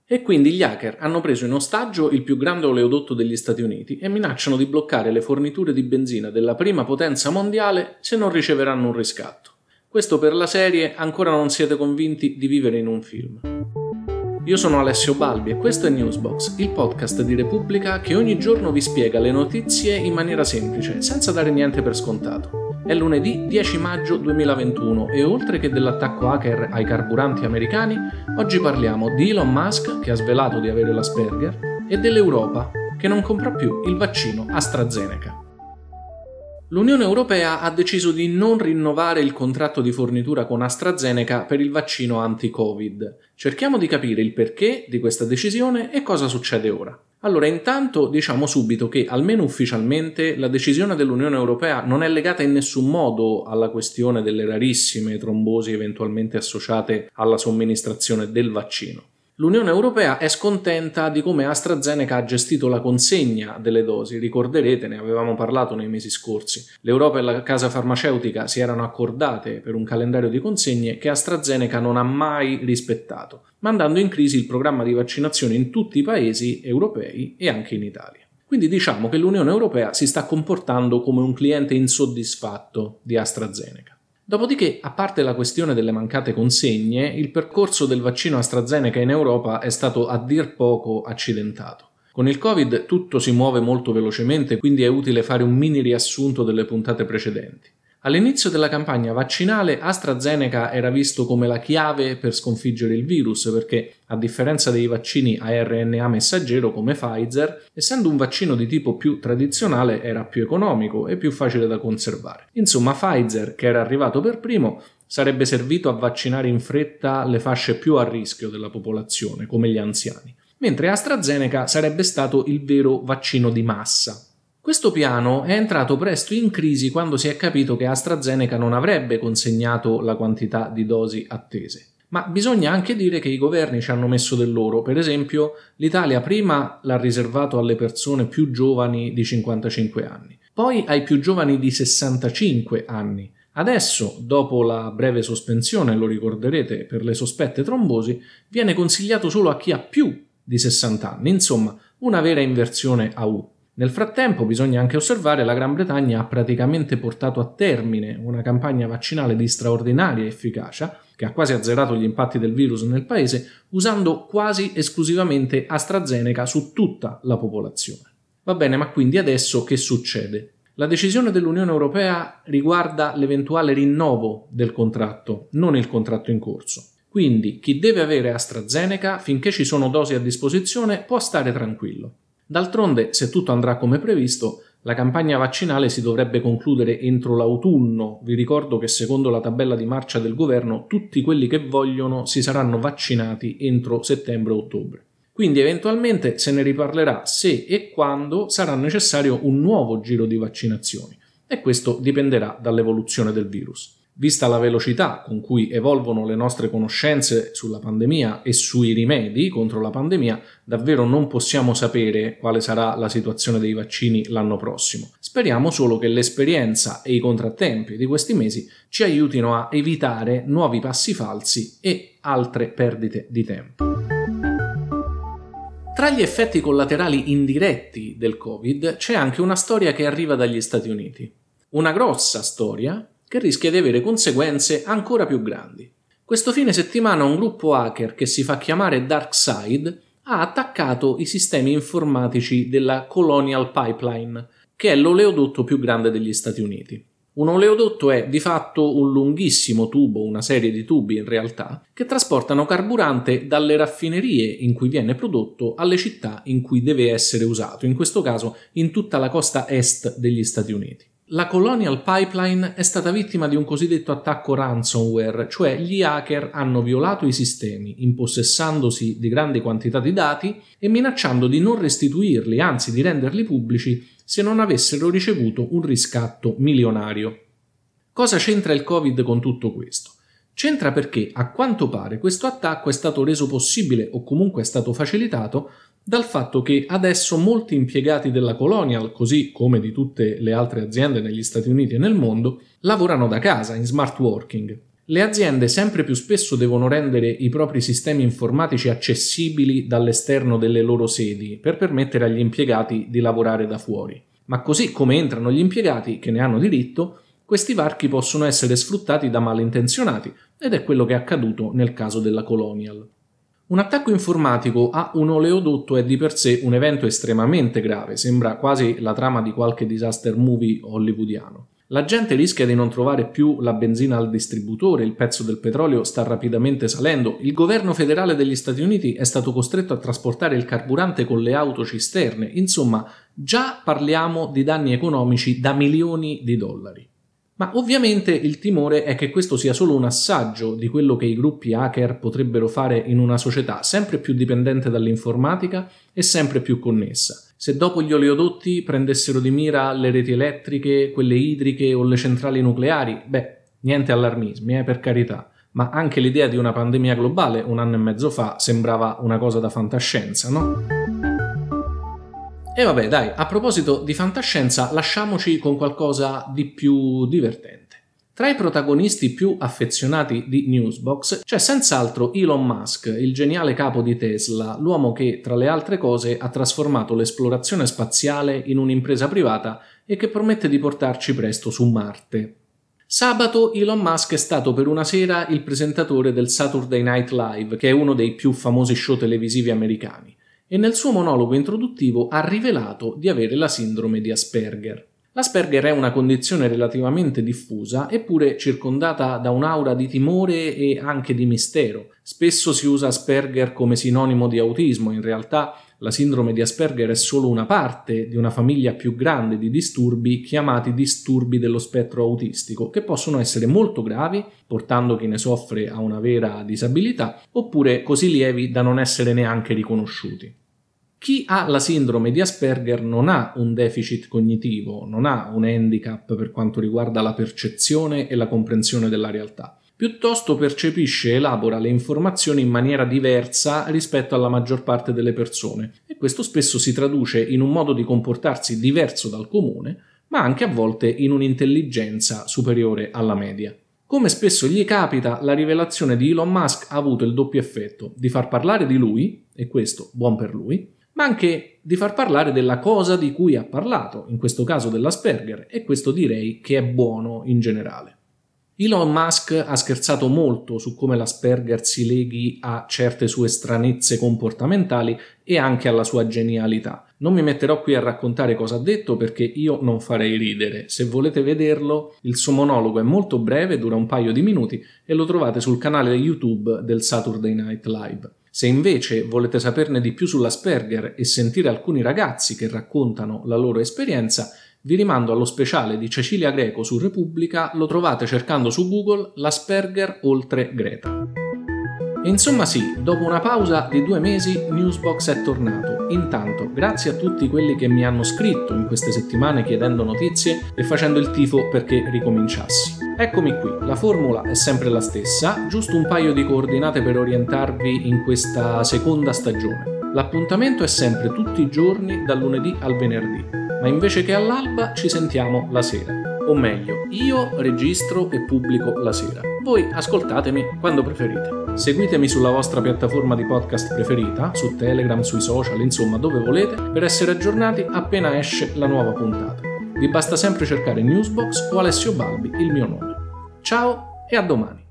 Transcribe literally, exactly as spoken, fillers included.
E quindi gli hacker hanno preso in ostaggio il più grande oleodotto degli Stati Uniti e minacciano di bloccare le forniture di benzina della prima potenza mondiale se non riceveranno un riscatto. Questo per la serie ancora non siete convinti di vivere in un film. Io sono Alessio Balbi e questo è Newsbox, il podcast di Repubblica che ogni giorno vi spiega le notizie in maniera semplice, senza dare niente per scontato. È lunedì dieci maggio duemilaventuno e oltre che dell'attacco hacker ai carburanti americani, oggi parliamo di Elon Musk che ha svelato di avere l'Asperger e dell'Europa che non compra più il vaccino AstraZeneca. L'Unione Europea ha deciso di non rinnovare il contratto di fornitura con AstraZeneca per il vaccino anti-Covid. Cerchiamo di capire il perché di questa decisione e cosa succede ora. Allora, intanto diciamo subito che, almeno ufficialmente, la decisione dell'Unione Europea non è legata in nessun modo alla questione delle rarissime trombosi eventualmente associate alla somministrazione del vaccino. L'Unione Europea è scontenta di come AstraZeneca ha gestito la consegna delle dosi. Ricorderete, ne avevamo parlato nei mesi scorsi. L'Europa e la casa farmaceutica si erano accordate per un calendario di consegne che AstraZeneca non ha mai rispettato, mandando in crisi il programma di vaccinazione in tutti i paesi europei e anche in Italia. Quindi diciamo che l'Unione Europea si sta comportando come un cliente insoddisfatto di AstraZeneca. Dopodiché, a parte la questione delle mancate consegne, il percorso del vaccino AstraZeneca in Europa è stato a dir poco accidentato. Con il Covid tutto si muove molto velocemente, quindi è utile fare un mini riassunto delle puntate precedenti. All'inizio della campagna vaccinale AstraZeneca era visto come la chiave per sconfiggere il virus perché, a differenza dei vaccini a erre enne a messaggero come Pfizer, essendo un vaccino di tipo più tradizionale era più economico e più facile da conservare. Insomma, Pfizer, che era arrivato per primo, sarebbe servito a vaccinare in fretta le fasce più a rischio della popolazione, come gli anziani, mentre AstraZeneca sarebbe stato il vero vaccino di massa. Questo piano è entrato presto in crisi quando si è capito che AstraZeneca non avrebbe consegnato la quantità di dosi attese. Ma bisogna anche dire che i governi ci hanno messo del loro. Per esempio, l'Italia prima l'ha riservato alle persone più giovani di cinquantacinque anni, poi ai più giovani di sessantacinque anni. Adesso, dopo la breve sospensione, lo ricorderete, per le sospette trombosi, viene consigliato solo a chi ha più di sessanta anni. Insomma, una vera inversione a U. Nel frattempo bisogna anche osservare che la Gran Bretagna ha praticamente portato a termine una campagna vaccinale di straordinaria efficacia che ha quasi azzerato gli impatti del virus nel paese usando quasi esclusivamente AstraZeneca su tutta la popolazione. Va bene, ma quindi adesso che succede? La decisione dell'Unione Europea riguarda l'eventuale rinnovo del contratto, non il contratto in corso. Quindi chi deve avere AstraZeneca finché ci sono dosi a disposizione può stare tranquillo. D'altronde, se tutto andrà come previsto, la campagna vaccinale si dovrebbe concludere entro l'autunno. Vi ricordo che secondo la tabella di marcia del governo tutti quelli che vogliono si saranno vaccinati entro settembre-ottobre. Quindi eventualmente se ne riparlerà se e quando sarà necessario un nuovo giro di vaccinazioni e questo dipenderà dall'evoluzione del virus. Vista la velocità con cui evolvono le nostre conoscenze sulla pandemia e sui rimedi contro la pandemia, davvero non possiamo sapere quale sarà la situazione dei vaccini l'anno prossimo. Speriamo solo che l'esperienza e i contrattempi di questi mesi ci aiutino a evitare nuovi passi falsi e altre perdite di tempo. Tra gli effetti collaterali indiretti del Covid c'è anche una storia che arriva dagli Stati Uniti. Una grossa storia che rischia di avere conseguenze ancora più grandi. Questo fine settimana un gruppo hacker che si fa chiamare DarkSide ha attaccato i sistemi informatici della Colonial Pipeline, che è l'oleodotto più grande degli Stati Uniti. Un oleodotto è di fatto un lunghissimo tubo, una serie di tubi in realtà, che trasportano carburante dalle raffinerie in cui viene prodotto alle città in cui deve essere usato, in questo caso in tutta la costa est degli Stati Uniti. La Colonial Pipeline è stata vittima di un cosiddetto attacco ransomware, cioè gli hacker hanno violato i sistemi, impossessandosi di grandi quantità di dati e minacciando di non restituirli, anzi di renderli pubblici, se non avessero ricevuto un riscatto milionario. Cosa c'entra il Covid con tutto questo? C'entra perché, a quanto pare, questo attacco è stato reso possibile o comunque è stato facilitato dal fatto che adesso molti impiegati della Colonial, così come di tutte le altre aziende negli Stati Uniti e nel mondo, lavorano da casa in smart working. Le aziende sempre più spesso devono rendere i propri sistemi informatici accessibili dall'esterno delle loro sedi per permettere agli impiegati di lavorare da fuori. Ma così come entrano gli impiegati, che ne hanno diritto, questi varchi possono essere sfruttati da malintenzionati ed è quello che è accaduto nel caso della Colonial. Un attacco informatico a un oleodotto è di per sé un evento estremamente grave, sembra quasi la trama di qualche disaster movie hollywoodiano. La gente rischia di non trovare più la benzina al distributore, il prezzo del petrolio sta rapidamente salendo, il governo federale degli Stati Uniti è stato costretto a trasportare il carburante con le autocisterne, insomma, già parliamo di danni economici da milioni di dollari. Ma ovviamente il timore è che questo sia solo un assaggio di quello che i gruppi hacker potrebbero fare in una società sempre più dipendente dall'informatica e sempre più connessa. Se dopo gli oleodotti prendessero di mira le reti elettriche, quelle idriche o le centrali nucleari, beh, niente allarmismi, eh, per carità. Ma anche l'idea di una pandemia globale un anno e mezzo fa sembrava una cosa da fantascienza, no? E vabbè, dai, a proposito di fantascienza, lasciamoci con qualcosa di più divertente. Tra i protagonisti più affezionati di Newsbox c'è senz'altro Elon Musk, il geniale capo di Tesla, l'uomo che, tra le altre cose, ha trasformato l'esplorazione spaziale in un'impresa privata e che promette di portarci presto su Marte. Sabato Elon Musk è stato per una sera il presentatore del Saturday Night Live, che è uno dei più famosi show televisivi americani, e nel suo monologo introduttivo ha rivelato di avere la sindrome di Asperger. L'Asperger è una condizione relativamente diffusa, eppure circondata da un'aura di timore e anche di mistero. Spesso si usa Asperger come sinonimo di autismo, in realtà la sindrome di Asperger è solo una parte di una famiglia più grande di disturbi chiamati disturbi dello spettro autistico, che possono essere molto gravi, portando chi ne soffre a una vera disabilità, oppure così lievi da non essere neanche riconosciuti. Chi ha la sindrome di Asperger non ha un deficit cognitivo, non ha un handicap per quanto riguarda la percezione e la comprensione della realtà. Piuttosto percepisce e elabora le informazioni in maniera diversa rispetto alla maggior parte delle persone e questo spesso si traduce in un modo di comportarsi diverso dal comune, ma anche a volte in un'intelligenza superiore alla media. Come spesso gli capita, la rivelazione di Elon Musk ha avuto il doppio effetto di far parlare di lui, e questo buon per lui, ma anche di far parlare della cosa di cui ha parlato, in questo caso dell'Asperger, e questo direi che è buono in generale. Elon Musk ha scherzato molto su come l'Asperger si leghi a certe sue stranezze comportamentali e anche alla sua genialità. Non mi metterò qui a raccontare cosa ha detto perché io non farei ridere. Se volete vederlo, il suo monologo è molto breve, dura un paio di minuti e lo trovate sul canale YouTube del Saturday Night Live. Se invece volete saperne di più sull'Asperger e sentire alcuni ragazzi che raccontano la loro esperienza, vi rimando allo speciale di Cecilia Greco su Repubblica, lo trovate cercando su Google l'Asperger oltre Greta. E insomma sì, dopo una pausa di due mesi Newsbox è tornato. Intanto, grazie a tutti quelli che mi hanno scritto in queste settimane chiedendo notizie e facendo il tifo perché ricominciassi. Eccomi qui, la formula è sempre la stessa, giusto un paio di coordinate per orientarvi in questa seconda stagione. L'appuntamento è sempre tutti i giorni dal lunedì al venerdì, ma invece che all'alba ci sentiamo la sera. O meglio, io registro e pubblico la sera. Voi ascoltatemi quando preferite. Seguitemi sulla vostra piattaforma di podcast preferita, su Telegram, sui social, insomma dove volete, per essere aggiornati appena esce la nuova puntata. Vi basta sempre cercare Newsbox o Alessio Balbi, il mio nome. Ciao e a domani!